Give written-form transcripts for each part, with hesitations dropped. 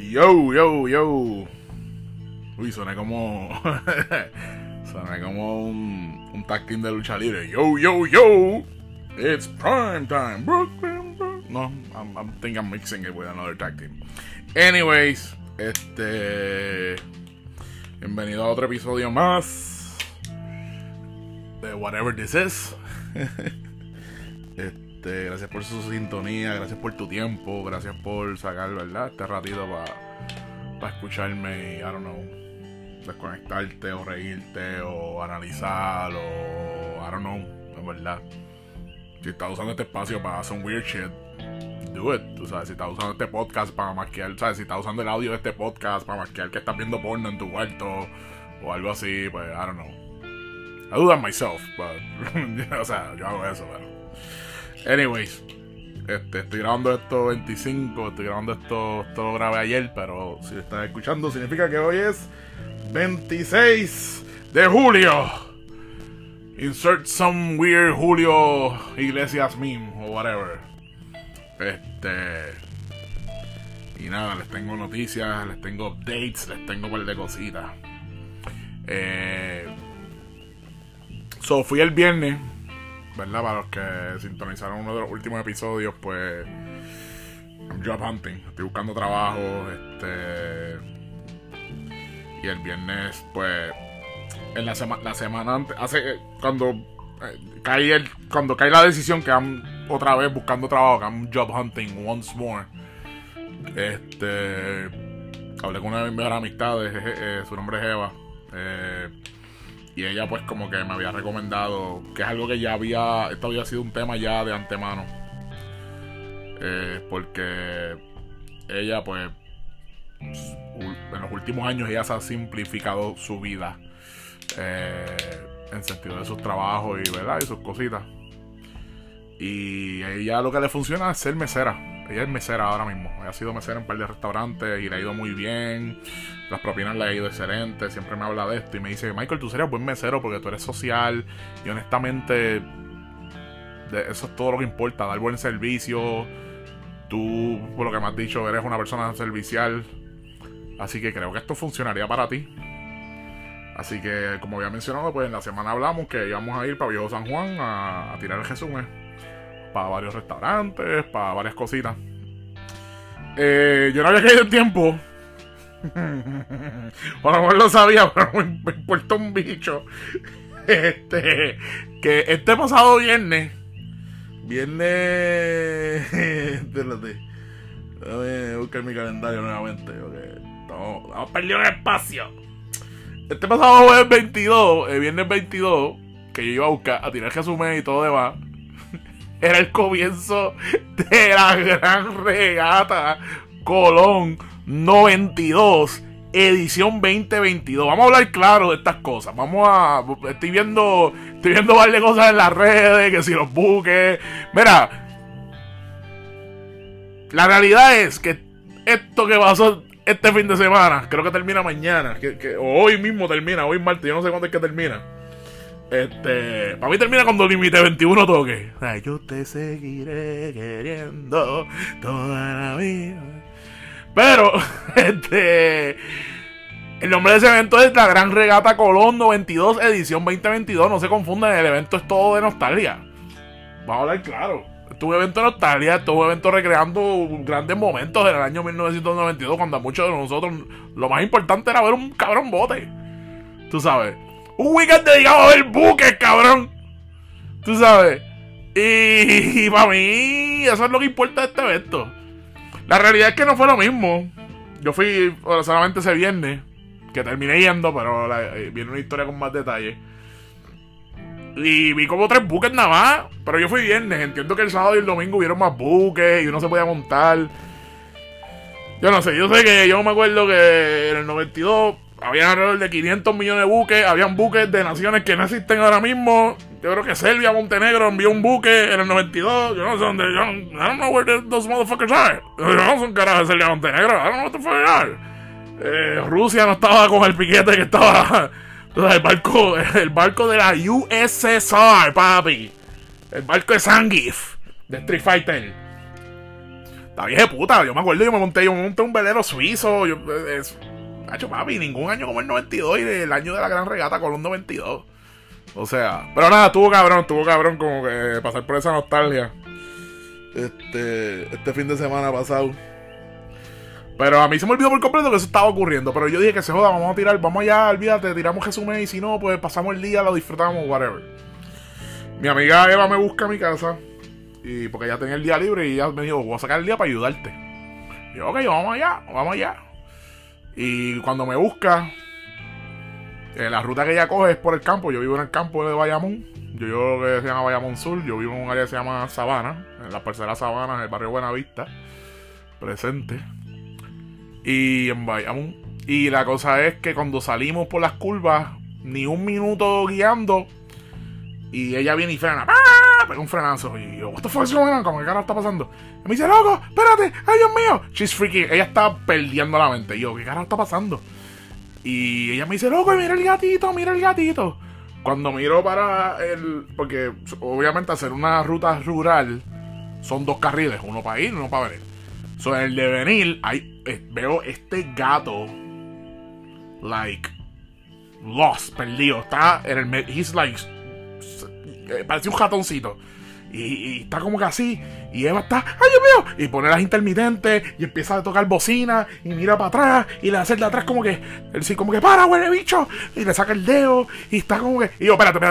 Yo, yo, yo. Uy, soné como. Soné como un tag team de lucha libre. Yo, yo, yo. It's prime time. Brooklyn, Brooklyn. No, I think I'm mixing it with another tag team. Anyways, bienvenido a otro episodio más de Whatever This Is. Gracias por su sintonía, gracias por tu tiempo, gracias por sacar, ¿verdad?, este ratito para escucharme y, I don't know, desconectarte o reírte o analizar o, I don't know, en verdad. Si estás usando este espacio para hacer un weird shit, do it. Tú sabes, si estás usando este podcast para masquear, ¿sabes? Si estás usando el audio de este podcast para masquear que estás viendo porno en tu cuarto o algo así, pues, I don't know. I do that myself, but, o sea, yo hago eso, pero... Anyways, estoy grabando esto 25, estoy grabando esto lo grabé ayer, pero si lo estás escuchando significa que hoy es 26 de julio. Insert some weird Julio Iglesias meme o whatever. Y nada, les tengo noticias, les tengo updates, les tengo un par de cositas. Fui el viernes, ¿verdad? Para los que sintonizaron uno de los últimos episodios, pues I'm job hunting, estoy buscando trabajo, y el viernes, pues en la semana antes, cuando cae la decisión que I'm otra vez buscando trabajo, que I'm job hunting once more, hablé con una de mis mejores amistades, su nombre es Eva, y ella pues como que me había recomendado, que es algo que esto había sido un tema ya de antemano, porque ella pues en los últimos años ella se ha simplificado su vida, en sentido de sus trabajos y, ¿verdad?, y sus cositas, y ella lo que le funciona es ser mesera. Ella es mesera ahora mismo. Ella ha sido mesera en un par de restaurantes y le ha ido muy bien. Las propinas le ha ido excelente. Siempre me habla de esto y me dice: Michael, tú serías buen mesero porque tú eres social. Y honestamente, eso es todo lo que importa. Dar buen servicio. Tú, por lo que me has dicho, eres una persona servicial. Así que creo que esto funcionaría para ti. Así que, como había mencionado, pues en la semana hablamos que íbamos a ir para Viejo San Juan a tirar el resumen. Para varios restaurantes, para varias cositas. Yo no había caído en tiempo. O a lo mejor lo sabía, pero me importa un bicho. Que este pasado viernes. Espérate. Déjame buscar mi calendario nuevamente. Porque estamos perdiendo el espacio. Este pasado jueves 22, viernes 22, que yo iba a buscar a tirar el resumen y todo demás. Era el comienzo de la gran regata Colón 92, edición 2022. Vamos a hablar claro de estas cosas. Estoy viendo varias cosas en las redes, que si los buques. Mira, la realidad es que esto que pasó este fin de semana, creo que termina mañana, o hoy mismo termina, hoy martes, yo no sé cuándo es que termina. Para mí termina cuando Límite 21 toque. Ay, yo te seguiré queriendo toda la vida. Pero, el nombre de ese evento es la Gran Regata Colón 92, edición 2022. No se confundan, el evento es todo de nostalgia. Vamos a hablar claro. Esto es un evento de nostalgia, esto es un evento recreando grandes momentos del año 1992, cuando a muchos de nosotros lo más importante era ver un cabrón bote. Tú sabes. Un weekend dedicado a ver buques, cabrón. Tú sabes. Y para mí, eso es lo que importa de este evento. La realidad es que no fue lo mismo. Yo fui solamente ese viernes, que terminé yendo, pero viene una historia con más detalle. Y vi como 3 buques nada más. Pero yo fui viernes. Entiendo que el sábado y el domingo hubieron más buques y uno se podía montar. Yo no sé. Yo sé que yo me acuerdo que en el 92... había alrededor de 500 millones de buques. Habían buques de naciones que no existen ahora mismo. Yo creo que Serbia, Montenegro envió un buque en el 92. Yo no sé dónde. I don't know where those motherfuckers are. Yo no son caras de Serbia, Montenegro. I don't know what the fuck are. Rusia no estaba con el piquete que estaba. El barco de la USSR, papi. El barco de Zangief, de Street Fighter. Está bien de puta. Yo me acuerdo, yo me monté un velero suizo. Hacho, papi, ningún año como el 92 y el año de la gran regata Colón 92. O sea, pero nada, estuvo cabrón como que pasar por esa nostalgia. Este fin de semana pasado. Pero a mí se me olvidó por completo que eso estaba ocurriendo. Pero yo dije que se joda, vamos a tirar, vamos allá, olvídate, tiramos resumen y si no, pues pasamos el día, lo disfrutamos, whatever. Mi amiga Eva me busca a mi casa. Y porque ella tenía el día libre y ella me dijo, voy a sacar el día para ayudarte. Y yo, ok, vamos allá. Y cuando me busca, la ruta que ella coge es por el campo. Yo vivo en el campo de Bayamón. Yo vivo en lo que se llama Bayamón Sur. Yo vivo en un área que se llama Sabana, en la parcela Sabana, en el barrio Buenavista. Presente. Y en Bayamón. Y la cosa es que cuando salimos por las curvas, ni un minuto guiando, y ella viene y frena. ¡Ah! Pega un frenazo. Y yo, what the fuck is going on? ¿Cómo qué carajo está pasando? Y me dice, loco, espérate, ay Dios mío. She's freaking. Ella está perdiendo la mente. Y yo, ¿qué carajo está pasando? Y ella me dice, loco, mira el gatito. Cuando miro para el... Porque obviamente hacer una ruta rural son 2 carriles, uno para ir y uno para venir. So, en el de venir, veo este gato, like, lost, perdido. Está en el... He's like... Parece un ratoncito. Y está como que así. Y Eva está, ¡ay Dios mío! Y pone las intermitentes. Y empieza a tocar bocina. Y mira para atrás. Y le hace el de atrás como que... Él sí, como que para, huele bicho. Y le saca el dedo. Y está como que... Y yo, espérate.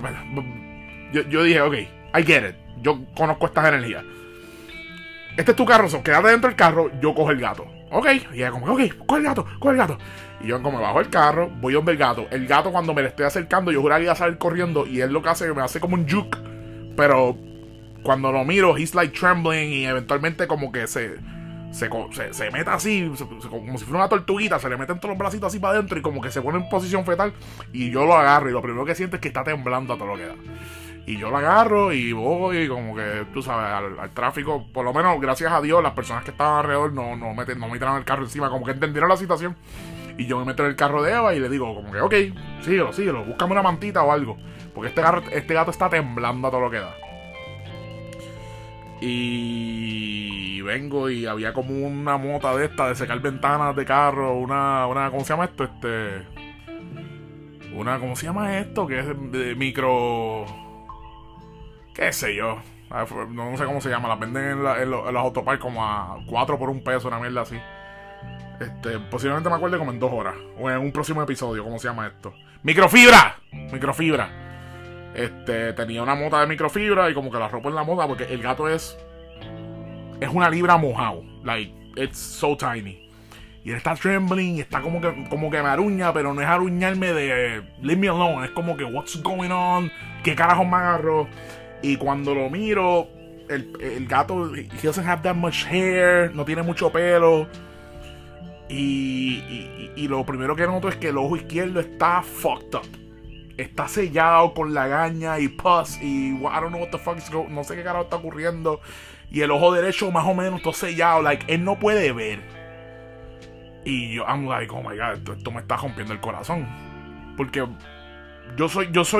Yo dije, ok, I get it. Yo conozco estas energías. Este es tu carro, quédate dentro del carro. Yo cojo el gato. Ok. Y ella como, ok, coge el gato. Y yo como me bajo el carro, voy donde el gato. El gato cuando me le estoy acercando, yo juraría salir corriendo. Y él lo que hace es que me hace como un juke. Pero cuando lo miro, he's like trembling. Y eventualmente como que se mete así, como si fuera una tortuguita. Se le meten todos los bracitos así para adentro. Y como que se pone en posición fetal. Y yo lo agarro. Y lo primero que siento es que está temblando a todo lo que da. Y yo lo agarro y voy como que, tú sabes, al tráfico. Por lo menos, gracias a Dios, las personas que estaban alrededor no me tiraron el carro encima. Como que entendieron la situación. Y yo me meto en el carro de Eva y le digo como que, ok, síguelo, búscame una mantita o algo. Porque este gato está temblando a todo lo que da. Y vengo y había como una mota de esta, de secar ventanas de carro, una ¿cómo se llama esto? ¿Cómo se llama esto? Que es de micro... qué sé yo. No sé cómo se llama, las venden en los autoparks como a 4 por $1, una mierda así. Posiblemente me acuerde como en 2 horas. O en un próximo episodio, ¿cómo se llama esto? ¡Microfibra! Tenía una mota de microfibra y como que la ropo en la mota porque el gato es una libra mojado. Like, it's so tiny. Y él está trembling y está como que me aruña, pero no es aruñarme de leave me alone. Es como que what's going on? ¿Qué carajo me agarró? Y cuando lo miro, el gato, he doesn't have that much hair, no tiene mucho pelo. Y lo primero que noto es que el ojo izquierdo está fucked up. Está sellado con lagaña y pus y I don't know what the fuck is going on. No sé qué carajo está ocurriendo. Y el ojo derecho más o menos está sellado. Like, él no puede ver. Y yo, I'm like, oh my god, esto me está rompiendo el corazón. Porque yo soy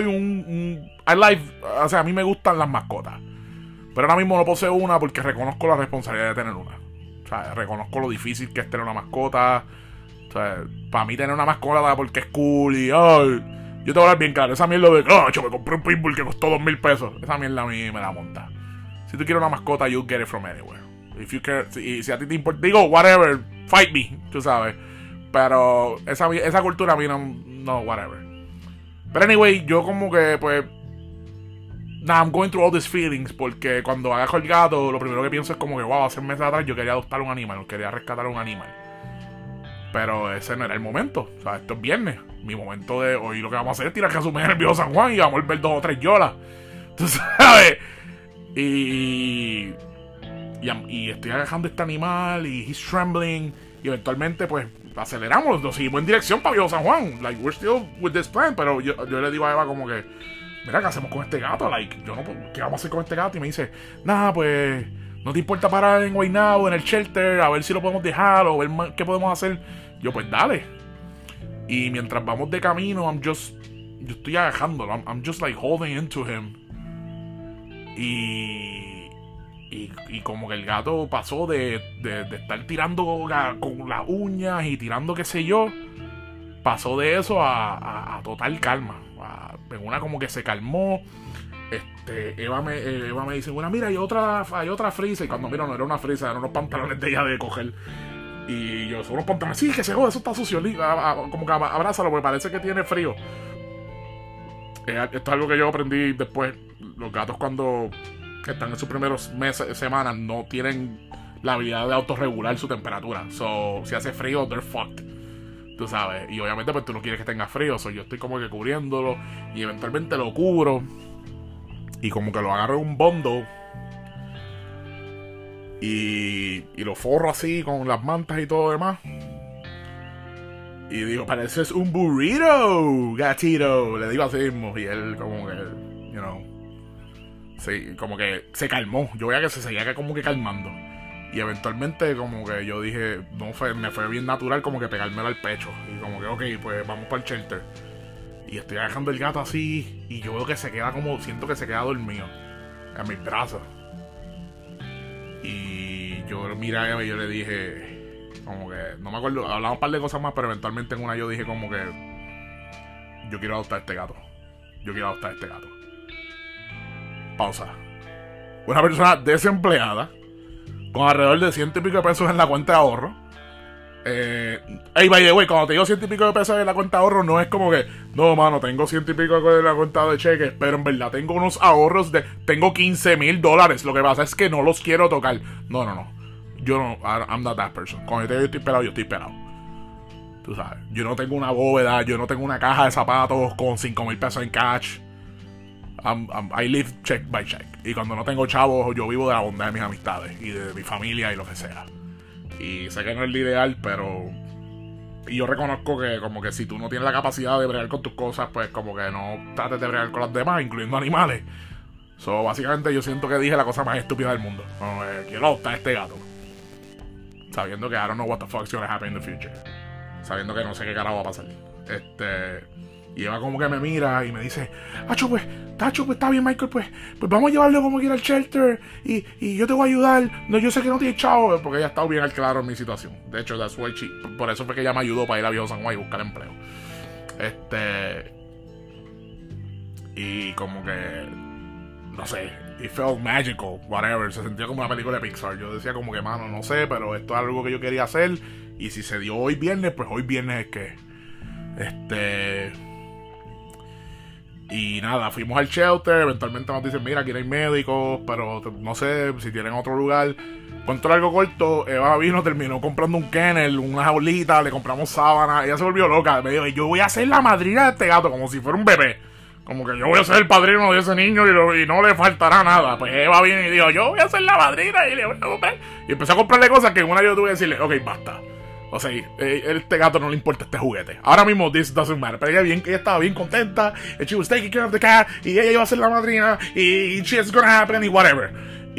o sea, a mí me gustan las mascotas. Pero ahora mismo no poseo una porque reconozco la responsabilidad de tener una. O sea, reconozco lo difícil que es tener una mascota. O sea, para mí tener una mascota porque es cool y... ay, yo te voy a hablar bien claro. Esa mierda de... yo me compré un pitbull que costó $2,000. Esa mierda a mí me la monta. Si tú quieres una mascota, you get it from anywhere. If you care, si a ti te importa... Digo, whatever, fight me, tú sabes. Pero esa cultura a mí no, whatever. Pero anyway, yo como que, pues... I'm going through all these feelings. Porque cuando agarro el gato, lo primero que pienso es como que, wow, hace meses atrás yo quería adoptar un animal. Quería rescatar un animal. Pero ese no era el momento. O sea, esto es viernes. Mi momento de hoy lo que vamos a hacer es tirar Jesús en el viejo San Juan y vamos a ver 2 o 3 yolas. Tú sabes. Y estoy agarrando este animal y he's trembling. Y eventualmente, pues, aceleramos. Lo seguimos en dirección para viejo San Juan. Like, we're still with this plan. Pero yo le digo a Eva como que, mira, ¿qué hacemos con este gato? Like, ¿qué vamos a hacer con este gato? Y me dice, nada, pues, ¿no te importa parar en Guaynabo, en el shelter, a ver si lo podemos dejar o ver qué podemos hacer? Yo, pues, dale. Y mientras vamos de camino, yo estoy agajándolo. I'm just like holding into him. Y Y como que el gato pasó de estar tirando con las uñas y tirando qué sé yo, pasó de eso a total calma. En una como que se calmó. Eva me dice, bueno, mira, hay otra frisa. Y cuando miro, no era una frisa, eran unos pantalones de ella de coger. Y yo, son unos pantalones, sí, que se joda, eso está sucio. Como que abrázalo, porque parece que tiene frío. Esto es algo que yo aprendí después. Los gatos cuando están en sus primeros meses, semanas, no tienen la habilidad de autorregular su temperatura. So, si hace frío, they're fucked. Tú sabes. Y obviamente pues tú no quieres que tenga frío. So, yo estoy como que cubriéndolo. Y eventualmente lo cubro. Y como que lo agarro en un bondo. Y lo forro así con las mantas y todo lo demás. Y digo, pareces un burrito, gatito. Le digo así mismo. Y él como que, you know, sí, como que se calmó. Yo veía que se seguía como que calmando. Y eventualmente como que yo dije, me fue bien natural como que pegármelo al pecho. Y como que, ok, pues vamos para el shelter. Y estoy dejando el gato así. Y yo veo que se queda siento que se queda dormido en mis brazos. Y yo miré a ella y yo le dije, como que, no me acuerdo, hablamos un par de cosas más, pero eventualmente en una yo dije como que yo quiero adoptar este gato. Pausa. Una persona desempleada con alrededor de 100 y pico de pesos en la cuenta de ahorro. Hey, by the way, cuando te digo 100 y pico de pesos en la cuenta de ahorro, no es como que, no, mano, tengo 100 y pico en la cuenta de cheques, pero en verdad tengo unos ahorros tengo $15,000. Lo que pasa es que no los quiero tocar. No. Yo no, I'm not that person. Cuando yo estoy pelado, yo estoy pelado. Tú sabes, yo no tengo una bóveda, yo no tengo una caja de zapatos con 5,000 pesos en cash. I live check by check. Y cuando no tengo chavos, yo vivo de la bondad de mis amistades y de mi familia y lo que sea. Y sé que no es lo ideal, pero... Y yo reconozco que como que si tú no tienes la capacidad de bregar con tus cosas, pues como que no trates de bregar con las demás, incluyendo animales. So, básicamente yo siento que dije la cosa más estúpida del mundo. Como que quiero adoptar a este gato. Sabiendo que I don't know what the fuck's gonna happen in the future. Sabiendo que no sé qué carajo va a pasar. Y Eva como que me mira y me dice, Tacho, pues está bien, Michael, pues vamos a llevarlo como quiera al shelter y yo te voy a ayudar. No, yo sé que no tienes chavo, porque ella ha estado bien al claro en mi situación. De hecho, por eso fue que ella me ayudó para ir a Viejo San Juan y buscar empleo. Y como que, no sé, it felt magical, whatever. Se sentía como una película de Pixar. Yo decía como que, mano, no sé, pero esto es algo que yo quería hacer. Y si se dio hoy viernes, pues hoy viernes es que... Y nada, fuimos al shelter. Eventualmente nos dicen, mira, aquí no hay médicos, pero no sé si tienen otro lugar. Cuento largo corto, Eva vino, terminó comprando un kennel, una jaulita, le compramos sábanas. Ella se volvió loca. Me dijo, yo voy a ser la madrina de este gato, como si fuera un bebé. Como que yo voy a ser el padrino de ese niño y no le faltará nada. Pues Eva viene y dijo, yo voy a ser la madrina y le voy a comprar. Y empecé a comprarle cosas que en una yo tuve que decirle, ok, basta. O sea, este gato no le importa este juguete. Ahora mismo this doesn't matter. Pero ella estaba bien contenta. And she was taking care of the cat. Y ella iba a ser la madrina. Y shit's gonna happen y whatever.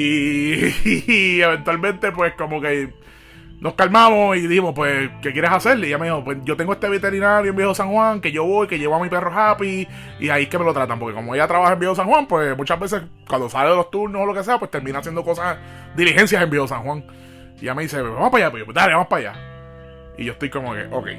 Y eventualmente pues como que nos calmamos y dijimos, pues, ¿qué quieres hacer? Y ella me dijo, pues yo tengo este veterinario en Viejo San Juan, que yo voy, que llevo a mi perro Happy, y ahí es que me lo tratan, porque como ella trabaja en Viejo San Juan, pues muchas veces cuando sale de los turnos o lo que sea, pues termina haciendo cosas, diligencias en Viejo San Juan. Y ella me dice, vamos para allá, pues dale, vamos para allá. Y yo estoy como que, ok.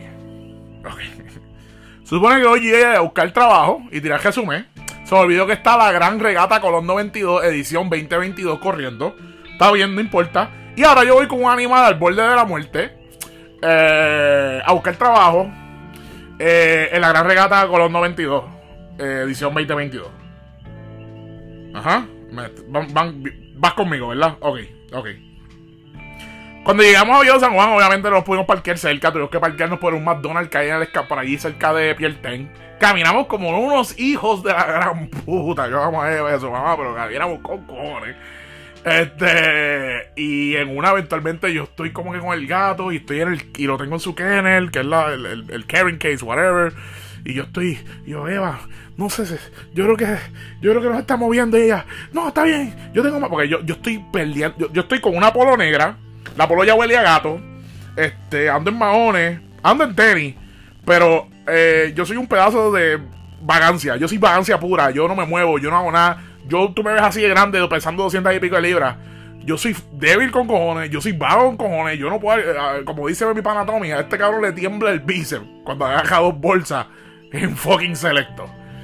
Se supone que hoy llegué a buscar trabajo y tirar resumen. Se me olvidó que está la gran regata Colón 92, edición 2022 corriendo. Está bien, no importa. Y ahora yo voy con un animal al borde de la muerte a buscar trabajo en la gran regata Colón 92, edición 2022. Ajá. Vas conmigo, ¿verdad? Ok. Cuando llegamos a Viejo San Juan, obviamente no nos pudimos parquear cerca. Tuvimos que parquearnos por un McDonald's que hay por allí cerca de Pierten. Caminamos como unos hijos de la gran puta. Yo vamos a ver eso, mamá, pero caminamos con cojones. Y en una eventualmente yo estoy como que con el gato y y lo tengo en su kennel, que es el carrying case, whatever. Y yo, Eva, no sé, yo creo que nos está moviendo. Y ella, no, está bien, yo tengo más, porque yo estoy perdiendo, yo estoy con una polo negra, la polo ya huele a gato, ando en mahones, ando en tenis, pero yo soy un pedazo de vagancia, yo soy vagancia pura, yo no me muevo, yo no hago nada. Tú me ves así de grande, pesando 200 y pico de libras. Yo soy débil con cojones, yo soy vago con cojones, yo no puedo, como dice mi pana Tommy, a este cabrón le tiembla el bíceps cuando agarra 2 bolsas en fucking Selecto.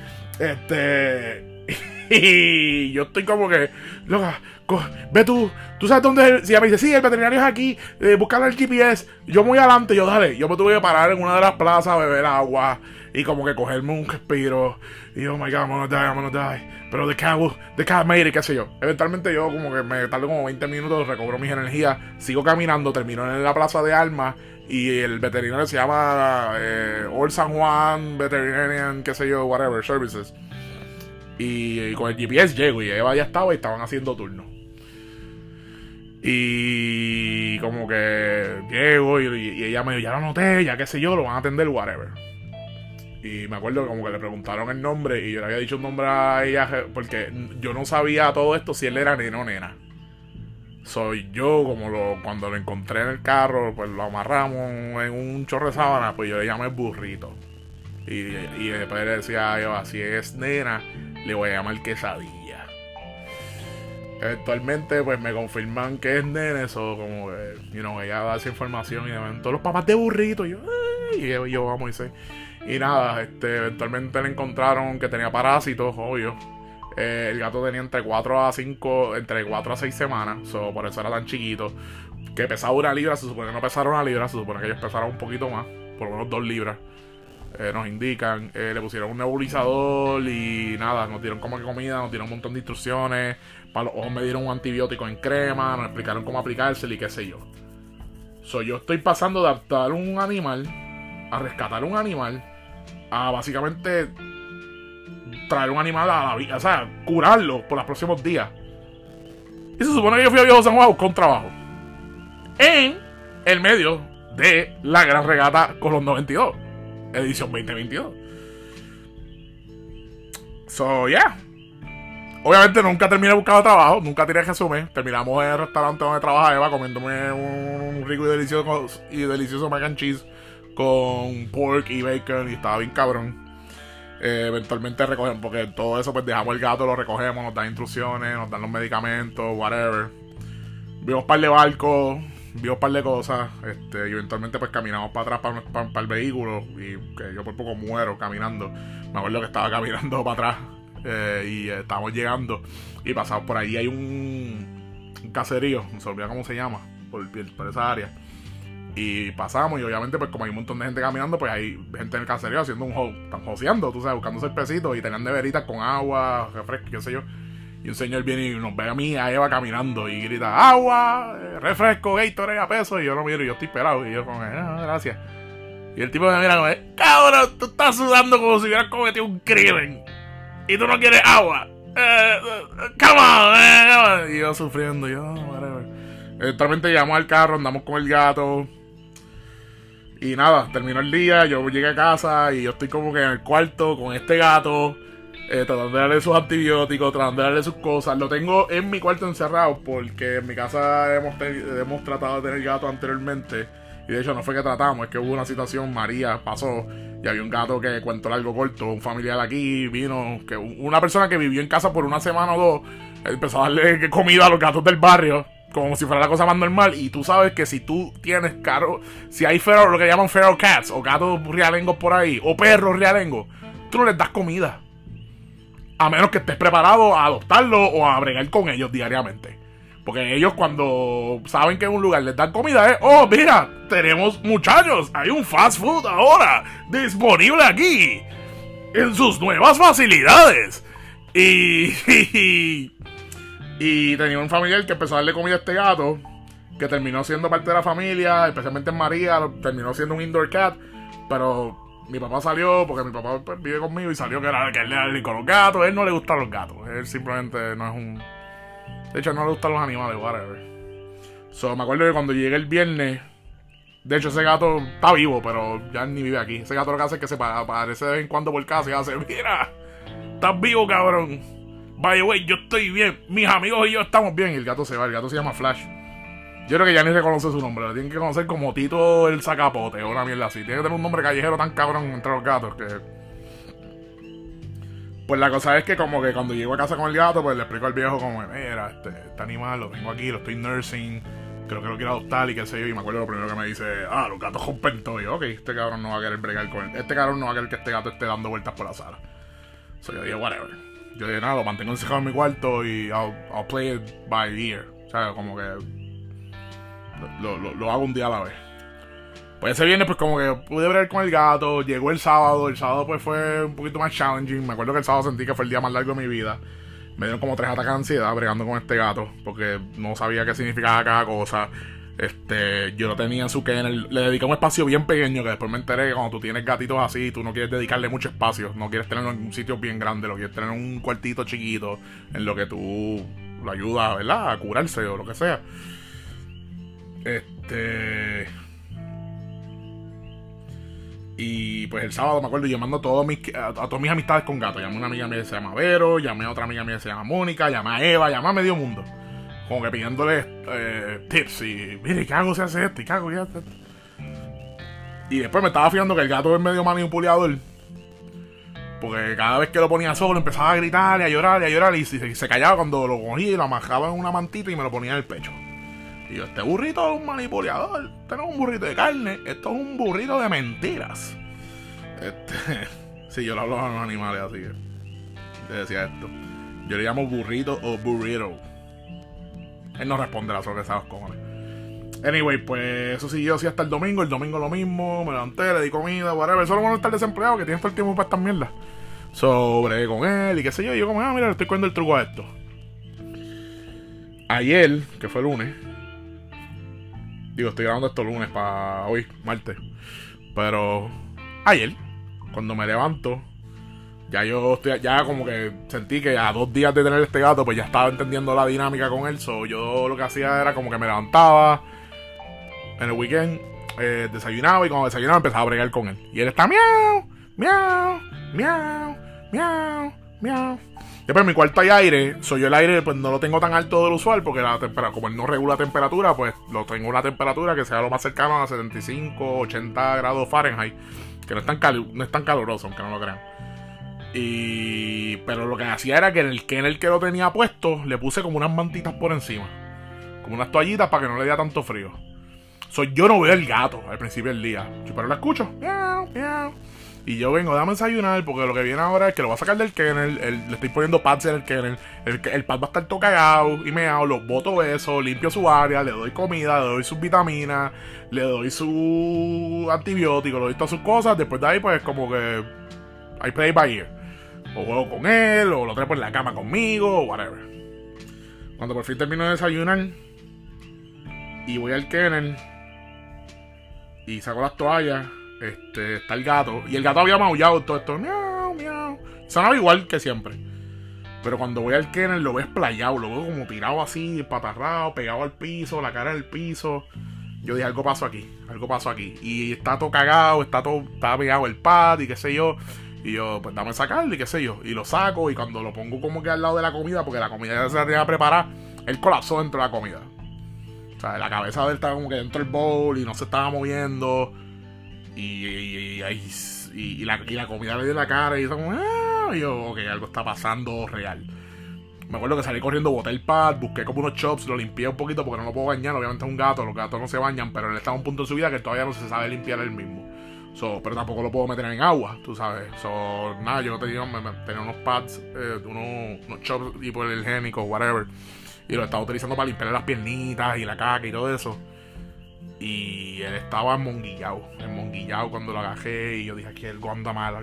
Y yo estoy como que, loca, ve tú sabes dónde es. Si ella me dice, sí, el veterinario es aquí, búscalo en el GPS. Yo muy adelante, yo dale, yo me tuve que parar en una de las plazas a beber agua y como que cogerme un respiro. Y oh my god, I'm gonna die. Pero the cat made it, qué sé yo. Eventualmente yo como que me tardo como 20 minutos, recobro mis energías, sigo caminando, termino en la plaza de armas. Y el veterinario se llama Old San Juan Veterinarian, qué sé yo, whatever, Services. Y con el GPS llego y Eva ya estaba y estaban haciendo turno. Y como que llego y ella me dijo, ya lo anoté, ya qué sé yo, lo van a atender, whatever. Y me acuerdo como que le preguntaron el nombre y yo le había dicho un nombre a ella porque yo no sabía todo esto si él era nena o nena. Soy yo, cuando lo encontré en el carro, pues lo amarramos en un chorro de sábana, pues yo le llamé burrito. Y después le decía yo, si es nena, le voy a llamar quesadilla. Eventualmente pues me confirman que es nene, eso como que, ella da esa información y demás. Todos los papás de burrito, y yo vamos y sé. Y nada, eventualmente le encontraron que tenía parásitos, obvio. El gato tenía entre 4 a 6 semanas, por eso era tan chiquito. Que pesaba 1 libra, se supone que no pesara 1 libra, se supone que ellos pesaran un poquito más, por lo menos 2 libras. Nos indican, le pusieron un nebulizador y nada, nos dieron como que comida, nos dieron un montón de instrucciones. Para los ojos me dieron un antibiótico en crema, nos explicaron cómo aplicárselo y qué sé yo. Yo estoy pasando de adaptar un animal a rescatar un animal a básicamente traer un animal a la vida, o sea, curarlo por los próximos días. Y se supone que yo fui a Viejo San Juan a buscar un trabajo en el medio de la Gran Regata Colón 92, edición 2022. Yeah. Obviamente nunca terminé buscando trabajo, nunca tiré resumen. Terminamos en el restaurante donde trabaja Eva comiéndome un rico y delicioso mac and cheese con pork y bacon y estaba bien cabrón. Eventualmente recogemos, porque todo eso pues dejamos el gato, lo recogemos, nos dan instrucciones, nos dan los medicamentos, whatever. Vimos un par de barcos, vimos un par de cosas, y eventualmente pues caminamos para atrás para el vehículo y que yo por poco muero caminando. Me acuerdo que estaba caminando para atrás y estábamos llegando y pasamos por ahí, hay un caserío, no se olvida cómo se llama, por esa área. Y pasamos y obviamente pues como hay un montón de gente caminando, pues hay gente en el caserío haciendo están joseando, tú sabes, buscando cervecitos y tenían neveritas con agua, refresco, qué sé yo. Y un señor viene y nos ve a mí, a Eva caminando y grita, agua, refresco, Gatorade a peso. Y yo lo miro y yo estoy pelado y yo como, gracias. Y el tipo me mira como, cabrón, tú estás sudando como si hubieras cometido un crimen y tú no quieres agua. Come on, y yo sufriendo, whatever. Eventualmente llegamos al carro, andamos con el gato. Y nada, terminó el día, yo llegué a casa y yo estoy como que en el cuarto con este gato, tratando de darle sus antibióticos, tratando de darle sus cosas. Lo tengo en mi cuarto encerrado porque en mi casa hemos tratado de tener gato anteriormente. Y de hecho no fue que tratamos, es que hubo una situación, María pasó y había un gato que, cuento largo corto, un familiar aquí vino, que una persona que vivió en casa por 1 semana o 2, empezó a darle comida a los gatos del barrio, como si fuera la cosa más normal. Y tú sabes que si tú tienes si hay lo que llaman feral cats, o gatos realengos por ahí, o perros realengos, tú no les das comida, a menos que estés preparado a adoptarlo o a bregar con ellos diariamente. Porque ellos cuando saben que en un lugar les dan comida oh mira, tenemos muchachos, hay un fast food ahora disponible aquí en sus nuevas facilidades. Y tenía un familiar que empezó a darle comida a este gato, que terminó siendo parte de la familia, especialmente en María, terminó siendo un indoor cat. Pero mi papá salió, porque mi papá pues, vive conmigo, y salió que él le alérgico a los gatos. A él no le gustan los gatos, él simplemente no es un... De hecho, no le gustan los animales, whatever. Me acuerdo que cuando llegué el viernes, de hecho ese gato está vivo, pero ya ni vive aquí. Ese gato lo que hace es que se aparece de vez en cuando por casa y hace, mira, estás vivo, cabrón. By the way, yo estoy bien, mis amigos y yo estamos bien. Y el gato se va, el gato se llama Flash. Yo creo que ya ni reconoce su nombre, lo tienen que conocer como Tito el Sacapote o una mierda así. Tiene que tener un nombre callejero tan cabrón entre los gatos que... Pues la cosa es que como que cuando llego a casa con el gato, pues le explico al viejo como, mira, este animal lo tengo aquí, lo estoy nursing, creo que lo quiero adoptar y qué sé yo. Y me acuerdo lo primero que me dice, los gatos rompen todo. Y yo, ok, este cabrón no va a querer bregar con él. Este cabrón no va a querer que este gato esté dando vueltas por la sala. So yo dije, whatever. Yo dije, nada, lo mantengo encerrado en mi cuarto y I'll play it by ear. O sea, como que lo hago un día a la vez. Pues ese viernes pues como que pude bregar con el gato. Llegó el sábado pues fue un poquito más challenging. Me acuerdo que el sábado sentí que fue el día más largo de mi vida. Me dieron como 3 ataques de ansiedad bregando con este gato, porque no sabía qué significaba cada cosa. Yo lo tenía en su kennel. Le dediqué un espacio bien pequeño, que después me enteré que cuando tú tienes gatitos así, tú no quieres dedicarle mucho espacio. No quieres tenerlo en un sitio bien grande, lo quieres tener en un cuartito chiquito, en lo que tú lo ayudas, ¿verdad?, a curarse o lo que sea. Y pues el sábado me acuerdo llamando a todas mis amistades con gatos. Llamé a una amiga mía que se llama Vero, llamé a otra amiga mía que se llama Mónica, llamé a Eva, llamé a medio mundo. Como que pidiéndoles tips y, mire, ¿qué hago si hace esto? ¿Y qué hago si hace esto? Y después me estaba fijando que el gato es medio manipulador. Porque cada vez que lo ponía solo empezaba a gritar y a llorar y se callaba cuando lo cogía y lo amarraba en una mantita y me lo ponía en el pecho. Y yo, este burrito es un manipulador. Este no es un burrito de carne, esto es un burrito de mentiras. Sí, yo le hablo a los animales así que le decía esto. Yo le llamo burrito o burrito. Él no responde a las sorpresas con él. Anyway, pues eso siguió así hasta el domingo. El domingo lo mismo, me levanté, le di comida, whatever. Eso es lo bueno de estar desempleado, que tienes todo el tiempo para estas mierdas. Sobre con él y qué sé yo. Y yo como, mira, le estoy cogiendo el truco a esto. Ayer, que fue lunes. Digo, estoy grabando esto lunes para hoy, martes. Pero ayer, cuando me levanto, ya como que sentí que a 2 días de tener este gato, pues ya estaba entendiendo la dinámica con él. So, yo lo que hacía era como que me levantaba en el weekend, desayunaba, y cuando desayunaba empezaba a bregar con él. Y él está miau, miau, miau, miau, miau. Después en mi cuarto hay aire, yo el aire pues no lo tengo tan alto del usual, porque como él no regula temperatura, pues lo tengo a una temperatura que sea lo más cercano a 75, 80 grados Fahrenheit, que no es tan caluroso, aunque no lo crean. Pero lo que hacía era que en el kennel que lo tenía puesto, le puse como unas mantitas por encima, como unas toallitas para que no le diera tanto frío. Yo no veo el gato al principio del día, pero lo escucho, miau, miau. Y yo vengo, dame desayunar, porque lo que viene ahora es que lo voy a sacar del kennel, le estoy poniendo pads en el kennel, el pad va a estar todo cagado y meado, lo boto eso, limpio su área, le doy comida, le doy sus vitaminas, le doy su antibiótico, le doy todas sus cosas. Después de ahí pues como que I play by ear, o juego con él, o lo trepo en la cama conmigo, o whatever. Cuando por fin termino de desayunar y voy al kennel y saco las toallas, está el gato. Y el gato había maullado todo esto. Miau, miau. Sonaba igual que siempre. Pero cuando voy al kennel lo veo esplayado. Lo veo como tirado así, patarrado, pegado al piso, la cara en el piso. Yo dije, algo pasó aquí. Y está todo cagado, está pegado el pad y qué sé yo. Y yo, pues dame sacarlo y qué sé yo. Y lo saco y cuando lo pongo como que al lado de la comida, porque la comida ya se la tenía preparada, él colapsó dentro de la comida. O sea, la cabeza de él estaba como que dentro del bowl y no se estaba moviendo. Y la comida le dio en la cara y yo como, y yo, ok, algo está pasando real. Me acuerdo que salí corriendo, boté el pad, busqué como unos chops, lo limpié un poquito porque no lo puedo bañar. Obviamente es un gato, los gatos no se bañan, pero él está a un punto de su vida que todavía no se sabe limpiar él mismo. Pero tampoco lo puedo meter en agua, tú sabes. Nada, yo tenía unos pads, unos chops hipoalergénicos, whatever. Y lo estaba utilizando para limpiar las piernitas y la caca y todo eso. Y él estaba enmonguillado cuando lo agajé. Y yo dije, aquí algo anda mal.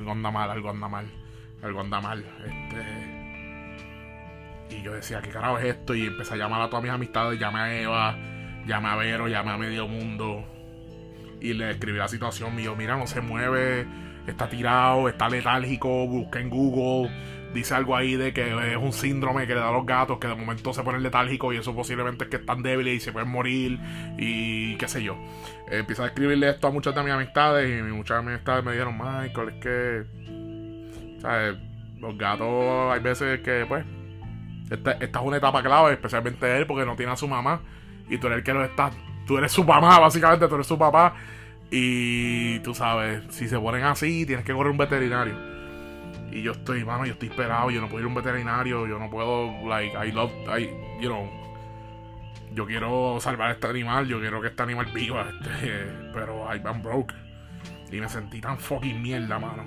Y yo decía, ¿qué carajo es esto? Y empecé a llamar a todas mis amistades. Llamé a Eva, llamé a Vero, llamé a medio mundo. Y le escribí la situación. Y yo, mira, no se mueve, está tirado, está letárgico. Busqué en Google, dice algo ahí de que es un síndrome que le da a los gatos, que de momento se ponen letárgicos y eso posiblemente es que están débiles y se pueden morir y qué sé yo. Empecé a escribirle esto a muchas de mis amistades y muchas de mis amistades me dijeron, Michael, es que, ¿sabes? Los gatos hay veces que pues esta es una etapa clave, especialmente él, porque no tiene a su mamá y tú eres el que lo estás, tú eres su mamá, básicamente tú eres su papá. Y tú sabes, si se ponen así tienes que correr un veterinario. Y yo estoy esperado, yo no puedo ir a un veterinario, yo no puedo, yo quiero salvar a este animal, yo quiero que este animal viva, pero I'm broke. Y me sentí tan fucking mierda, mano.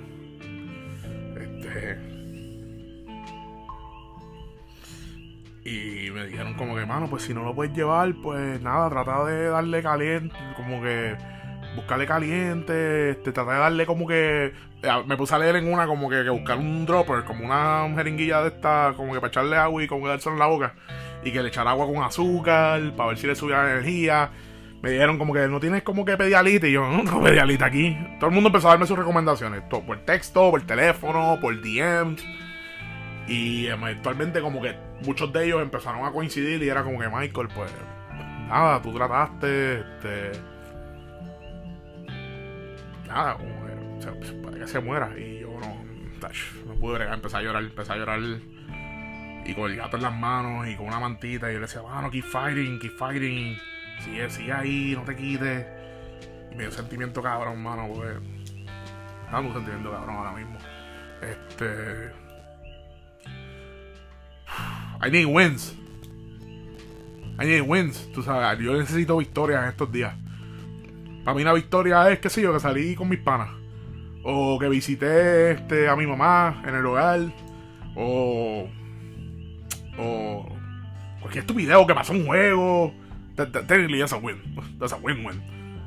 Y me dijeron como que, mano, pues si no lo puedes llevar, pues nada, trata de darle caliente, como que buscarle caliente, trata de darle como que... Me puse a leer en una como que buscar un dropper, como una jeringuilla de esta, como que para echarle agua y como que dárselo en la boca. Y que le echara agua con azúcar, para ver si le subía la energía. Me dijeron como que no tienes como que pedialite. Y yo, no tengo pedialite aquí. Todo el mundo empezó a darme sus recomendaciones. Todo por texto, por teléfono, por DMs. Y eventualmente como que muchos de ellos empezaron a coincidir. Y era como que, Michael, pues nada, tú trataste, nada, como que, para que se muera. Y yo no pude bregar, empecé a llorar. Y con el gato en las manos y con una mantita. Y yo le decía, mano, keep fighting. Sigue ahí, no te quites. Y me dio un sentimiento cabrón, mano, porque... Dando un sentimiento cabrón ahora mismo. I need wins. Tú sabes, yo necesito victorias en estos días. Para mí una victoria es, qué sé yo, que salí con mis panas. O que visité a mi mamá en el hogar. O cualquier estupidez, o que pasó un juego. Technically that's a win. That's a win-win.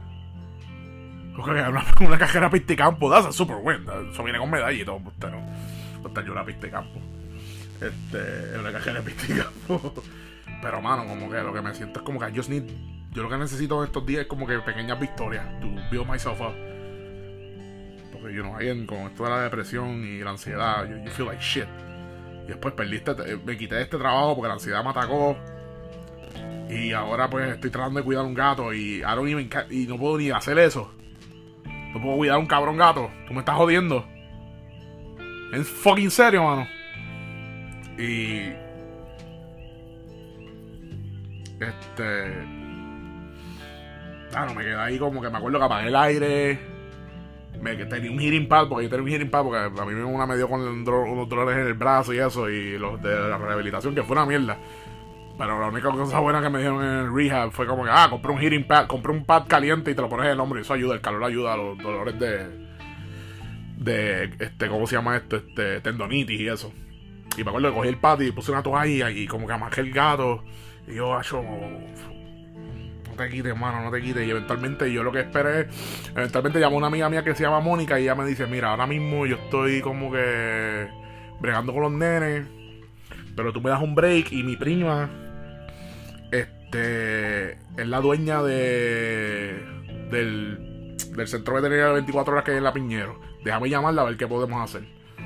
O que una cajera pista de campo, that's a super win. Eso viene con medalla y todo, no yo la pista de campo. Una cajera pista de campo. Pero mano, como que lo que me siento es como que yo lo que necesito en estos días es como que pequeñas victorias. To build myself up. Porque con esto de la depresión y la ansiedad, you feel like shit. Y después me quité de este trabajo porque la ansiedad me atacó. Y ahora pues estoy tratando de cuidar un gato y no puedo ni hacer eso. No puedo cuidar un cabrón gato. Tú me estás jodiendo. ¿En fucking serio, mano? Y... me quedé ahí como que me acuerdo que apagué el aire. Tenía un heating pad, porque yo tenía un heating pad, porque a mí una me dio con unos dolores en el brazo y eso, y los de la rehabilitación, que fue una mierda. Pero la única cosa buena que me dieron en el rehab fue como que, compré un heating pad, compré un pad caliente y te lo pones en el hombro, y eso ayuda, el calor ayuda a los dolores ¿cómo se llama esto? Tendonitis y eso. Y me acuerdo que cogí el pad y puse una toalla y como que amajé el gato, y yo, no te quites, mano, no te quites. Y eventualmente yo lo que esperé, eventualmente llamó a una amiga mía que se llama Mónica y ella me dice, mira, ahora mismo yo estoy como que bregando con los nenes, pero tú me das un break. Y mi prima es la dueña del centro veterinario de 24 horas que hay en La Piñero. Déjame llamarla a ver qué podemos hacer.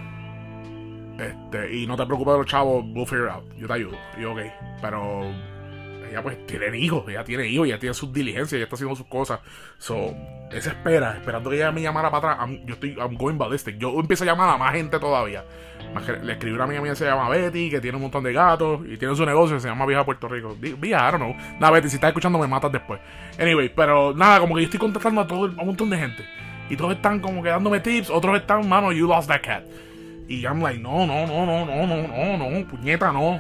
Y no te preocupes de los chavos, we'll figure out. Yo te ayudo. Y ok, pero ella pues tiene hijos, ella tiene sus diligencias, ella está haciendo sus cosas. So, ella esperando que ella me llamara para atrás. I'm going ballistic. Yo empiezo a llamar a más gente todavía. Le escribí a una amiga mía que se llama Betty, que tiene un montón de gatos y tiene su negocio que se llama Vieja Puerto Rico. Vieja, I don't know. Nada, Betty, si estás escuchando me matas después. Anyway, pero nada, como que yo estoy contactando a un montón de gente. Y todos están como que dándome tips, otros están, mano, you lost that cat. Y I'm like, no, puñeta, no.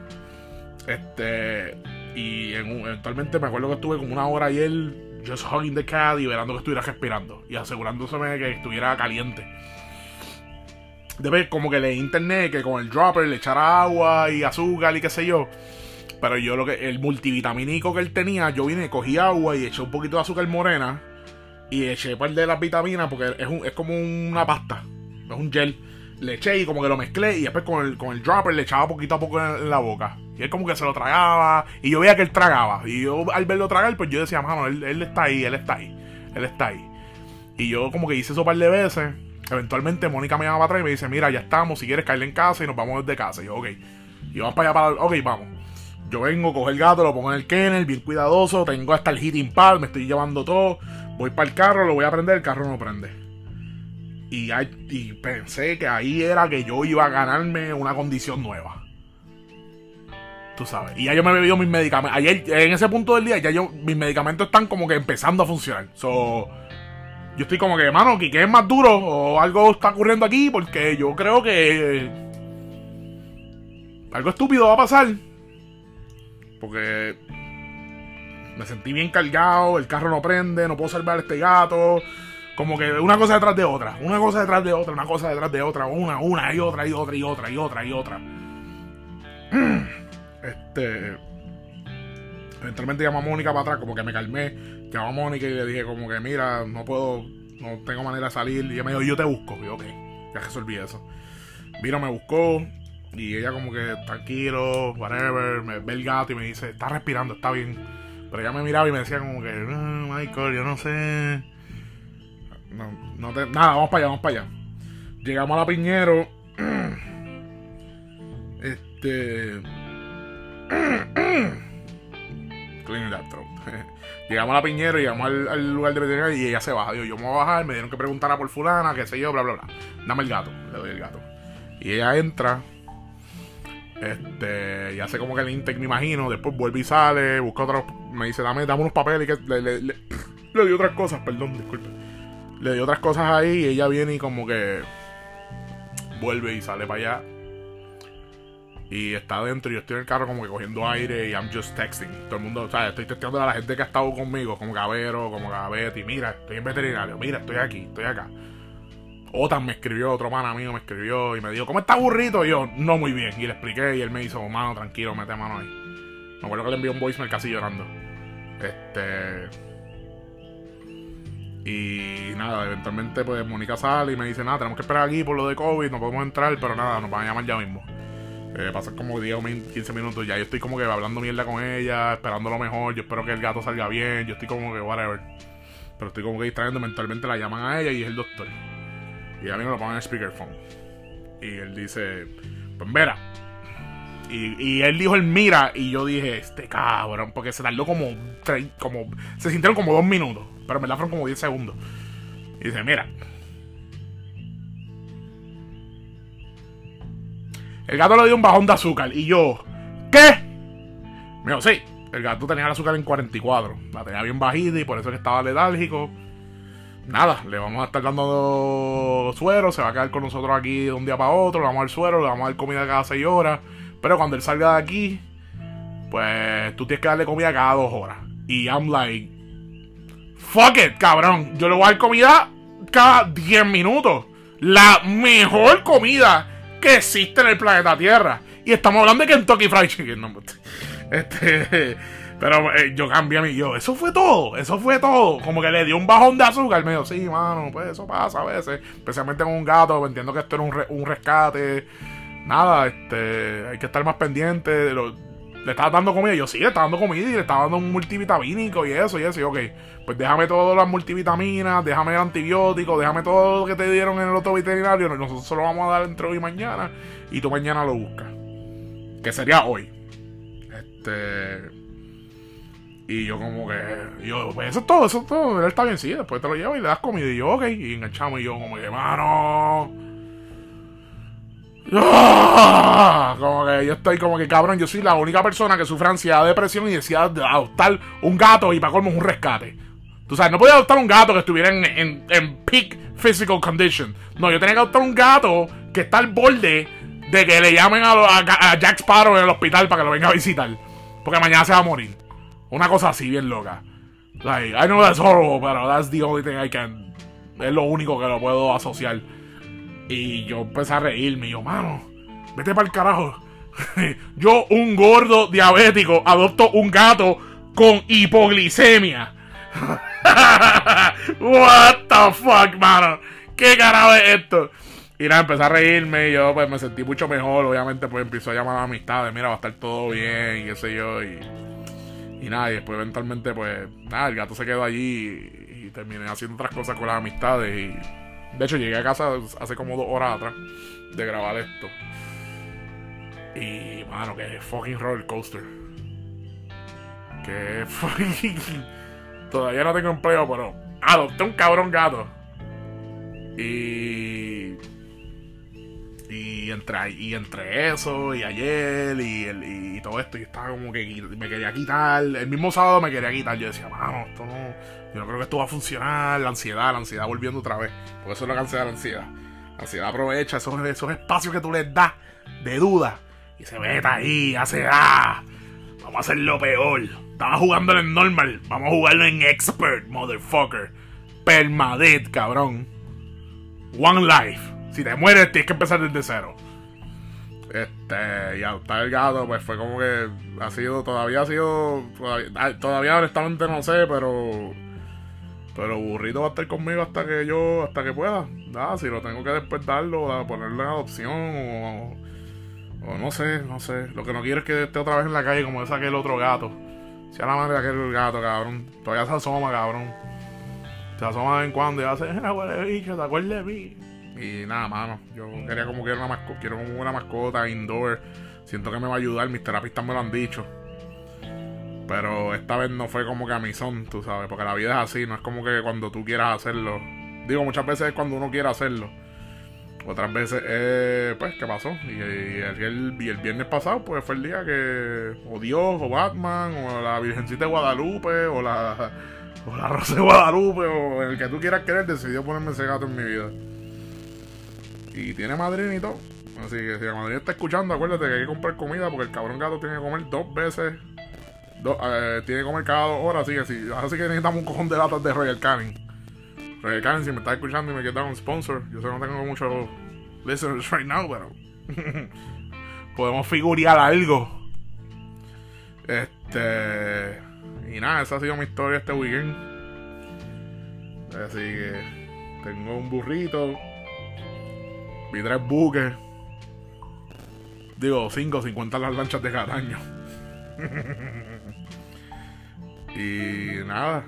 Y eventualmente me acuerdo que estuve como una hora ayer just hugging the cat y verando que estuviera respirando y asegurándoseme de que estuviera caliente. Después como que leí internet que con el dropper le echara agua y azúcar y qué sé yo. Pero yo el multivitamínico que él tenía, yo cogí agua y eché un poquito de azúcar morena y eché un par de las vitaminas porque es como una pasta, es un gel. Le eché y como que lo mezclé y después con el dropper le echaba poquito a poco en la boca. Y él como que se lo tragaba y yo veía que él tragaba. Y yo al verlo tragar, pues yo decía, mano, él está ahí. Y yo como que hice eso un par de veces. Eventualmente Mónica me llama para atrás y me dice, mira, ya estamos, si quieres caerle en casa y nos vamos desde casa. Y yo, ok. Y vamos para allá ok, vamos. Yo vengo, cojo el gato, lo pongo en el kennel, bien cuidadoso. Tengo hasta el heating pad, me estoy llevando todo. Voy para el carro, lo voy a prender, el carro no prende. Y pensé que ahí era que yo iba a ganarme una condición nueva. Tú sabes. Y ya yo me he bebido mis medicamentos. Ayer, en ese punto del día, mis medicamentos están como que empezando a funcionar. So, yo estoy como que, mano, Quique es más duro o algo está ocurriendo aquí porque yo creo que algo estúpido va a pasar. Porque me sentí bien cargado, el carro no prende, no puedo salvar a este gato. Como que una cosa detrás de otra, una cosa detrás de otra, una cosa detrás de otra, una y otra y otra y otra y otra y otra. Eventualmente llamó a Mónica para atrás, como que me calmé. Llamó a Mónica y le dije como que mira, no tengo manera de salir. Y ella me dijo, yo te busco. Y yo, ok, ya resolví eso. Vino, me buscó. Y ella como que, tranquilo, whatever. Me ve el gato y me dice, está respirando, está bien. Pero ella me miraba y me decía como que, no, Michael, yo no sé. Nada, vamos para allá. Llegamos a la Piñero. Clean that throat. Llegamos a la Piñero, llegamos al lugar de veterinaria y ella se baja. Digo, yo me voy a bajar, me dieron que preguntar a por fulana, qué sé yo, bla, bla, bla. Dame el gato, le doy el gato. Y ella entra. Y hace como que el intake, me imagino. Después vuelve y sale, busca otros. Me dice, dame unos papeles. Que le di otras cosas, perdón, disculpe. Le di otras cosas ahí y ella viene y como que vuelve y sale para allá. Y está adentro y yo estoy en el carro como que cogiendo aire y I'm just texting. Todo el mundo, o sea, estoy testeando a la gente que ha estado conmigo, como Cabero, como Betty. Mira, estoy en veterinario, mira, estoy aquí, estoy acá. Otan me escribió, otro pana mío me escribió y me dijo, ¿cómo está burrito? Y yo, no muy bien. Y le expliqué y él me hizo, mano, tranquilo, mete mano ahí. Me acuerdo que le envió un voicemail casi llorando. Y nada, eventualmente pues Mónica sale y me dice, nada, tenemos que esperar aquí por lo de COVID, no podemos entrar, pero nada, nos van a llamar ya mismo. Pasan como 10 o 15 minutos, ya yo estoy como que hablando mierda con ella, esperando lo mejor, yo espero que el gato salga bien, yo estoy como que whatever. Pero estoy como que distrayendo, mentalmente la llaman a ella y es el doctor. Y a mí me lo ponen en speakerphone. Y él dice, pues mira. Y él dijo el mira y yo dije, este cabrón, porque se tardó se sintieron como 2 minutos, pero en verdad fueron como 10 segundos. Y dice, mira, el gato le dio un bajón de azúcar. Y yo, ¿qué? Me dijo, sí, el gato tenía el azúcar en 44. La tenía bien bajita y por eso es que estaba letárgico. Nada, le vamos a estar dando suero. Se va a quedar con nosotros aquí de un día para otro. Le vamos a dar suero, le vamos a dar comida cada 6 horas. Pero cuando él salga de aquí, pues tú tienes que darle comida cada 2 horas. Y I'm like, fuck it, cabrón. Yo le voy a dar comida cada 10 minutos. La mejor comida que existe en el planeta Tierra. Y estamos hablando de Kentucky Fried Chicken. No, pero yo cambié a mí. Eso fue todo. Como que le dio un bajón de azúcar. Me dijo, sí, mano, pues eso pasa a veces. Especialmente con un gato. Entiendo que esto era un rescate. Nada, hay que estar más pendiente. Le estaba dando comida. Yo sí, le estaba dando comida y le estaba dando un multivitamínico y eso. Y ok, pues déjame todas las multivitaminas, déjame el antibiótico, déjame todo lo que te dieron en el otro veterinario. Nosotros se lo vamos a dar entre hoy y mañana. Y tú mañana lo buscas. Que sería hoy. Y yo como que, pues eso es todo, él está bien, sí, después te lo llevas y le das comida. Y yo, ok, y enganchamos y yo como que, mano. Como que yo estoy como que, cabrón, yo soy la única persona que sufre ansiedad, depresión y decía de adoptar un gato y para colmo un rescate. Tú sabes, no podía adoptar un gato que estuviera en peak physical condition. No, yo tenía que adoptar un gato que está al borde de que le llamen a Jack Sparrow en el hospital para que lo venga a visitar. Porque mañana se va a morir. Una cosa así, bien loca. Like, I know that's horrible, pero that's the only thing I can. Es lo único que lo puedo asociar. Y yo empecé a reírme. Y yo, mano, vete para el carajo. Yo, un gordo diabético, adopto un gato con hipoglicemia. What the fuck, mano. ¿Qué carajo es esto? Y nada, empecé a reírme y yo pues me sentí mucho mejor. Obviamente pues empezó a llamar a la amistad. Mira, va a estar todo bien y qué sé yo. Y nada, y después eventualmente pues nada, el gato se quedó allí y terminé haciendo otras cosas con las amistades. Y de hecho llegué a casa hace como 2 horas atrás de grabar esto. Y mano, que fucking roller coaster. Que fucking... Todavía no tengo empleo, pero adopté un cabrón gato. Y Y entre eso, y ayer, y todo esto, y estaba como que me quería quitar. El mismo sábado me quería quitar. Yo decía, mano, esto no. Yo no creo que esto va a funcionar. La ansiedad volviendo otra vez. Porque eso es lo que ansiedad, la ansiedad. La ansiedad aprovecha esos espacios que tú les das de duda. Y se mete ahí, hace vamos a hacerlo peor. Estaba jugando en normal. Vamos a jugarlo en expert, motherfucker. Permadeath, cabrón. One life. Si te mueres, tienes que empezar desde cero. Y adoptar el gato, pues fue como que todavía honestamente no sé, pero Burrito va a estar conmigo hasta que pueda. Si lo tengo que despertarlo, ponerlo en adopción o no sé. Lo que no quiero es que esté otra vez en la calle como ese aquel otro gato. Sea la madre de aquel gato, cabrón. Todavía se asoma, cabrón. Se asoma de vez en cuando y hace, huele bicho, te acuerdas de mí. Y nada, mano, yo quería como que quiero como una mascota indoor. Siento que me va a ayudar, mis terapistas me lo han dicho. Pero esta vez no fue como que a mi son, tú sabes, porque la vida es así, no es como que cuando tú quieras hacerlo. Digo, muchas veces es cuando uno quiere hacerlo. Otras veces pues, ¿qué pasó? Y el viernes pasado, pues fue el día que o Dios, o Batman, o la Virgencita de Guadalupe, o la Rosa de Guadalupe, o el que tú quieras querer, decidió ponerme ese gato en mi vida. Y tiene madrina y todo. Así que si la madrina está escuchando, acuérdate que hay que comprar comida porque el cabrón gato tiene que comer 2 veces. Tiene que comer cada 2 horas. Así que necesitamos un cojón de latas de Royal Canin. Royal Canin, si me estás escuchando y me quieres dar un sponsor, yo sé que no tengo muchos listeners right now, pero podemos figurear algo. Y nada, esa ha sido mi historia este weekend. Así que tengo un burrito. Vi 3 buques. Digo, 5, 50 las lanchas de Cataño. Y nada,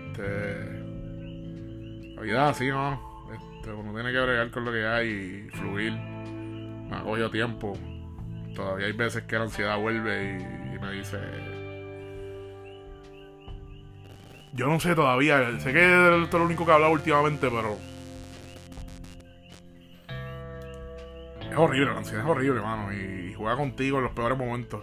la vida así, ¿no? Uno tiene que bregar con lo que hay y fluir. Me ha cogido tiempo. Todavía hay veces que la ansiedad vuelve y me dice... Yo no sé todavía. Sé que esto es lo único que he hablado últimamente, pero... Es horrible, la ansiedad es horrible, mano. Y juega contigo en los peores momentos.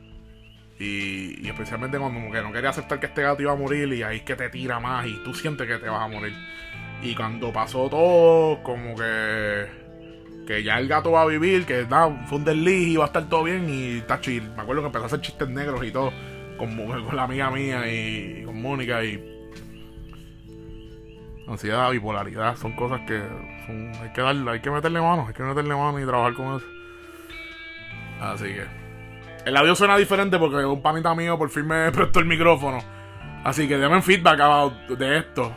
Y especialmente cuando como que no quería aceptar que este gato iba a morir. Y ahí es que te tira más y tú sientes que te vas a morir. Y cuando pasó todo, como que ya el gato va a vivir, que nada, fue un desliz y va a estar todo bien y está chill. Me acuerdo que empezó a hacer chistes negros y todo con la amiga mía y con Mónica. Y ansiedad, bipolaridad, son cosas que hay que meterle mano y trabajar con eso. Así que el audio suena diferente porque un panita mío por fin me prestó el micrófono. Así que denme feedback de esto.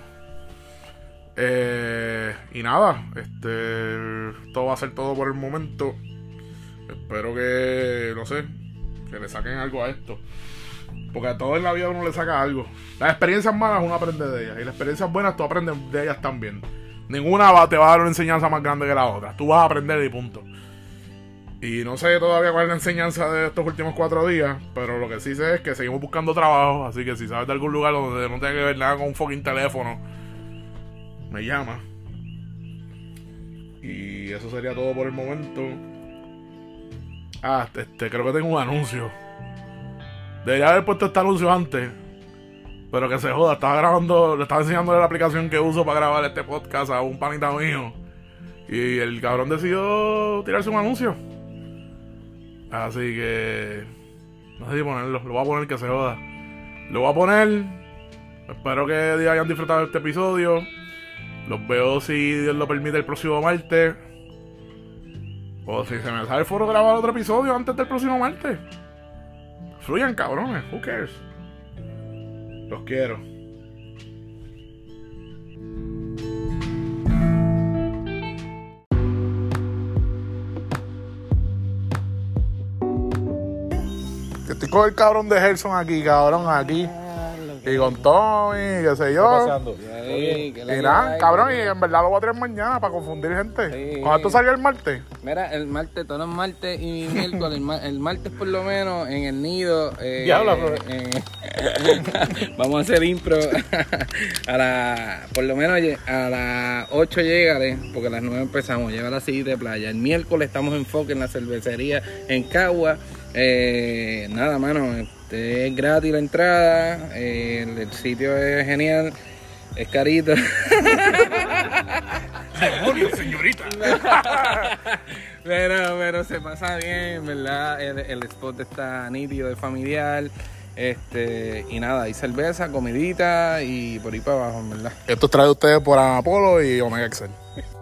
Y nada, esto va a ser todo por el momento. Espero que, no sé, que le saquen algo a esto. Porque a todo en la vida uno le saca algo. Las experiencias malas uno aprende de ellas. Y las experiencias buenas tú aprendes de ellas también. Ninguna te va a dar una enseñanza más grande que la otra. Tú vas a aprender y punto. Y no sé todavía cuál es la enseñanza de estos últimos 4 días. Pero lo que sí sé es que seguimos buscando trabajo. Así que si sabes de algún lugar donde no tenga que ver nada con un fucking teléfono, me llama. Y eso sería todo por el momento. Creo que tengo un anuncio. Debería haber puesto este anuncio antes, pero que se joda. Le estaba enseñándole la aplicación que uso para grabar este podcast a un panita mío. Y el cabrón decidió tirarse un anuncio. Así que no sé si ponerlo. Lo voy a poner, que se joda. Lo voy a poner. Espero que hayan disfrutado de este episodio. Los veo, si Dios lo permite, el próximo martes. O si se me sale el foro, grabar otro episodio antes del próximo martes. Fluyan, cabrones. Who cares? Los quiero. Estoy con el cabrón de Gerson aquí, cabrón, aquí. Y con Tommy, qué sé yo. pasando? Y Irán, cabrón, y en verdad lo voy a traer mañana para confundir gente. Sí. ¿Cuándo esto salió el martes? Mira, el martes, todos los martes y miércoles, el martes por lo menos en el nido. Diablo, bro. Vamos a hacer impro por lo menos a las 8 llegaré, porque a las 9 empezamos, lleva la silla de playa. El miércoles estamos en Foque en la cervecería en Cagua. Nada, mano, es gratis la entrada, el sitio es genial, es carito. ¡Demonios, señorita! pero se pasa bien, ¿verdad? El spot está nítido, es familiar. Y nada, hay cerveza, comidita y por ahí para abajo, ¿verdad? Esto es traído ustedes por Apolo y Omega Excel.